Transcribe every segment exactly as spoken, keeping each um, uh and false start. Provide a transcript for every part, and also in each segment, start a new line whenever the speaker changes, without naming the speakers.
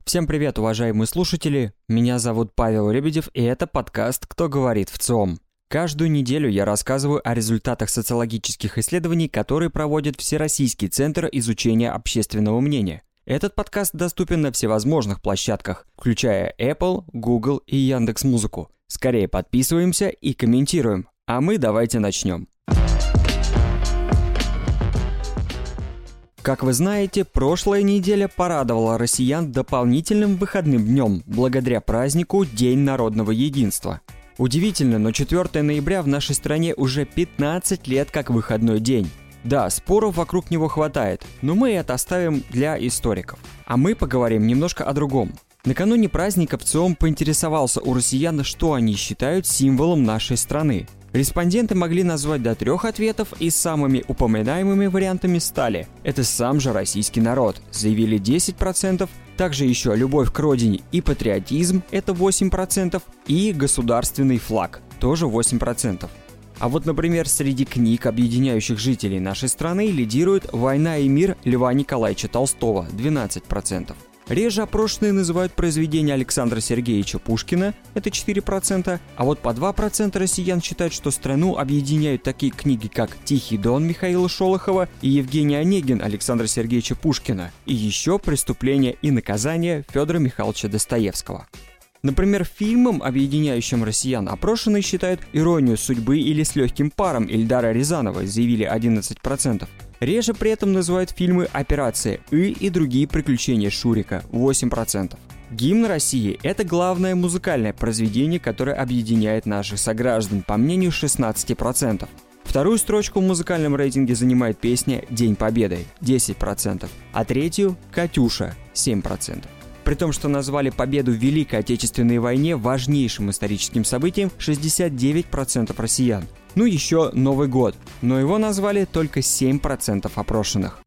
Всем привет, уважаемые слушатели! Меня зовут Павел Лебедев, и это подкаст «Кто говорит ВЦИОМ». Каждую неделю я рассказываю о результатах социологических исследований, которые проводит Всероссийский центр изучения общественного мнения. Этот подкаст доступен на всевозможных площадках, включая Apple, Google и Яндекс.Музыку. Скорее подписываемся и комментируем. А мы давайте начнем. Как вы знаете, прошлая неделя порадовала россиян дополнительным выходным днем, благодаря празднику День народного единства. Удивительно, но четвёртого ноября в нашей стране уже пятнадцать лет как выходной день. Да, споров вокруг него хватает, но мы это оставим для историков. А мы поговорим немножко о другом. Накануне праздника ВЦИОМ поинтересовался у россиян, что они считают символом нашей страны. Респонденты могли назвать до трех ответов, и самыми упоминаемыми вариантами стали «это сам же российский народ», заявили десять процентов, также еще «любовь к родине» и «патриотизм» — это восемь процентов, и «государственный флаг» — тоже восемь процентов. А вот, например, среди книг, объединяющих жителей нашей страны, лидирует «Война и мир» Льва Николаевича Толстого — двенадцать процентов. Реже опрошенные называют произведения Александра Сергеевича Пушкина, это четыре процента, а вот по два процента россиян считают, что страну объединяют такие книги, как «Тихий дон» Михаила Шолохова и «Евгений Онегин» Александра Сергеевича Пушкина, и еще «Преступление и наказание» Федора Михайловича Достоевского. Например, фильмом, объединяющим россиян, опрошенные считают «Иронию судьбы» или «С легким паром» Эльдара Рязанова, заявили одиннадцать процентов. Реже при этом называют фильмы «Операция И» и другие приключения Шурика – восемь процентов. Гимн России – это главное музыкальное произведение, которое объединяет наших сограждан, по мнению шестнадцать процентов. Вторую строчку в музыкальном рейтинге занимает песня «День Победы» – десять процентов, а третью – «Катюша» – семь процентов. При том, что назвали победу в Великой Отечественной войне важнейшим историческим событием шестьдесят девять процентов россиян. Ну еще Новый год, но его назвали только семь процентов опрошенных.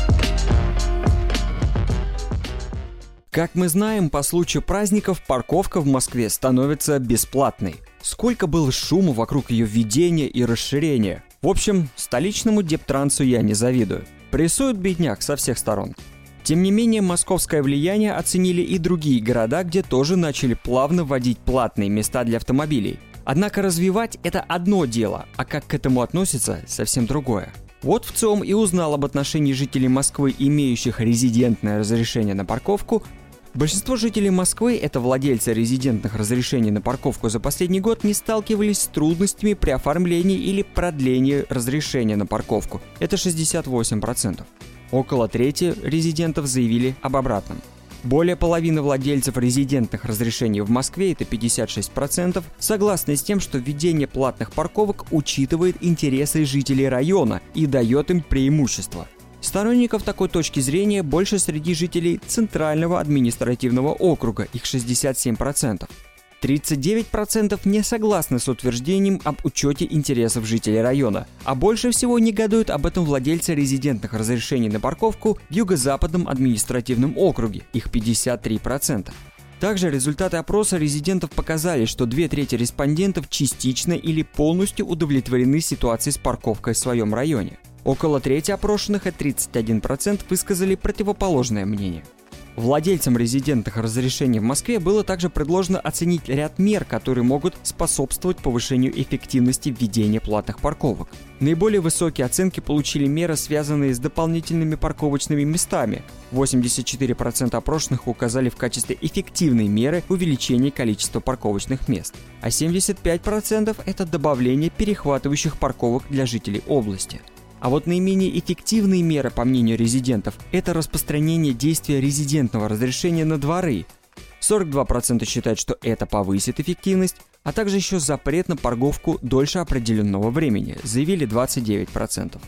Как мы знаем, по случаю праздников парковка в Москве становится бесплатной. Сколько было шума вокруг ее введения и расширения. В общем, столичному дептрансу я не завидую. Прессуют бедняк со всех сторон. Тем не менее, московское влияние оценили и другие города, где тоже начали плавно вводить платные места для автомобилей. Однако развивать – это одно дело, а как к этому относится – совсем другое. Вот ВЦИОМ и узнал об отношении жителей Москвы, имеющих резидентное разрешение на парковку. Большинство жителей Москвы, это владельцы резидентных разрешений на парковку, за последний год не сталкивались с трудностями при оформлении или продлении разрешения на парковку. Это шестьдесят восемь процентов. Около трети резидентов заявили об обратном. Более половины владельцев резидентных разрешений в Москве, это пятьдесят шесть процентов, согласны с тем, что введение платных парковок учитывает интересы жителей района и дает им преимущество. Сторонников такой точки зрения больше среди жителей Центрального административного округа, их шестьдесят семь процентов. тридцать девять процентов не согласны с утверждением об учете интересов жителей района, а больше всего негодуют об этом владельцы резидентных разрешений на парковку в Юго-Западном административном округе, их пятьдесят три процента. Также результаты опроса резидентов показали, что две трети респондентов частично или полностью удовлетворены ситуацией с парковкой в своем районе. Около трети опрошенных, это тридцать один процент, высказали противоположное мнение. Владельцам резидентных разрешений в Москве было также предложено оценить ряд мер, которые могут способствовать повышению эффективности введения платных парковок. Наиболее высокие оценки получили меры, связанные с дополнительными парковочными местами. восемьдесят четыре процента опрошенных указали в качестве эффективной меры увеличение количества парковочных мест, а семьдесят пять процентов – это добавление перехватывающих парковок для жителей области. А вот наименее эффективные меры, по мнению резидентов, это распространение действия резидентного разрешения на дворы. сорок два процента считают, что это повысит эффективность, а также еще запрет на парковку дольше определенного времени, заявили двадцать девять процентов.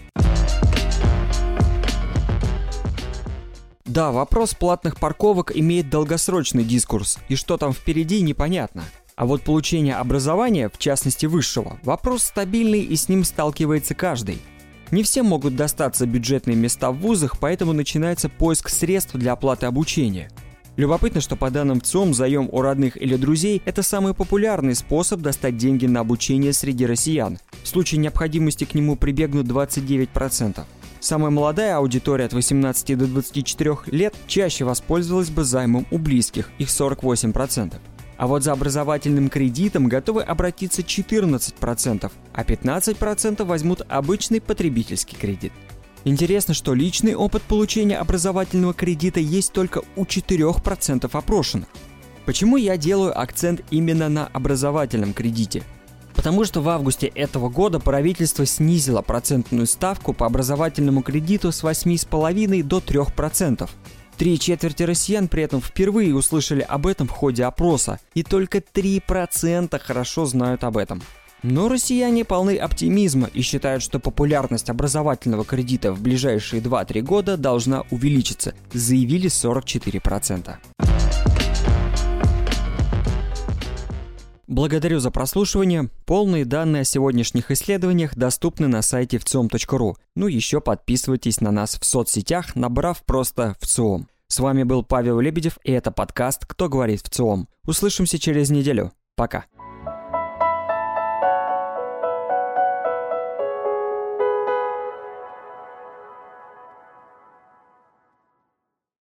Да, вопрос платных парковок имеет долгосрочный дискурс, и что там впереди, непонятно. А вот получение образования, в частности высшего, вопрос стабильный, и с ним сталкивается каждый. Не всем могут достаться бюджетные места в вузах, поэтому начинается поиск средств для оплаты обучения. Любопытно, что по данным ВЦИОМ, заем у родных или друзей – это самый популярный способ достать деньги на обучение среди россиян. В случае необходимости к нему прибегнут двадцать девять процентов. Самая молодая аудитория от восемнадцати до двадцати четырёх лет чаще воспользовалась бы займом у близких, их сорок восемь процентов. А вот за образовательным кредитом готовы обратиться четырнадцать процентов, а пятнадцать процентов возьмут обычный потребительский кредит. Интересно, что личный опыт получения образовательного кредита есть только у четырёх процентов опрошенных. Почему я делаю акцент именно на образовательном кредите? Потому что в августе этого года правительство снизило процентную ставку по образовательному кредиту с восьми целых пяти десятых до трёх процентов. Три четверти россиян при этом впервые услышали об этом в ходе опроса, и только три процента хорошо знают об этом. Но россияне полны оптимизма и считают, что популярность образовательного кредита в ближайшие два-три года должна увеличиться, заявили сорок четыре процента. Благодарю за прослушивание. Полные данные о сегодняшних исследованиях доступны на сайте эф ци о эм точка ру. Ну еще подписывайтесь на нас в соцсетях, набрав просто эф ци о эм. С вами был Павел Лебедев, и это подкаст «Кто говорит эф ци о эм». Услышимся через неделю. Пока.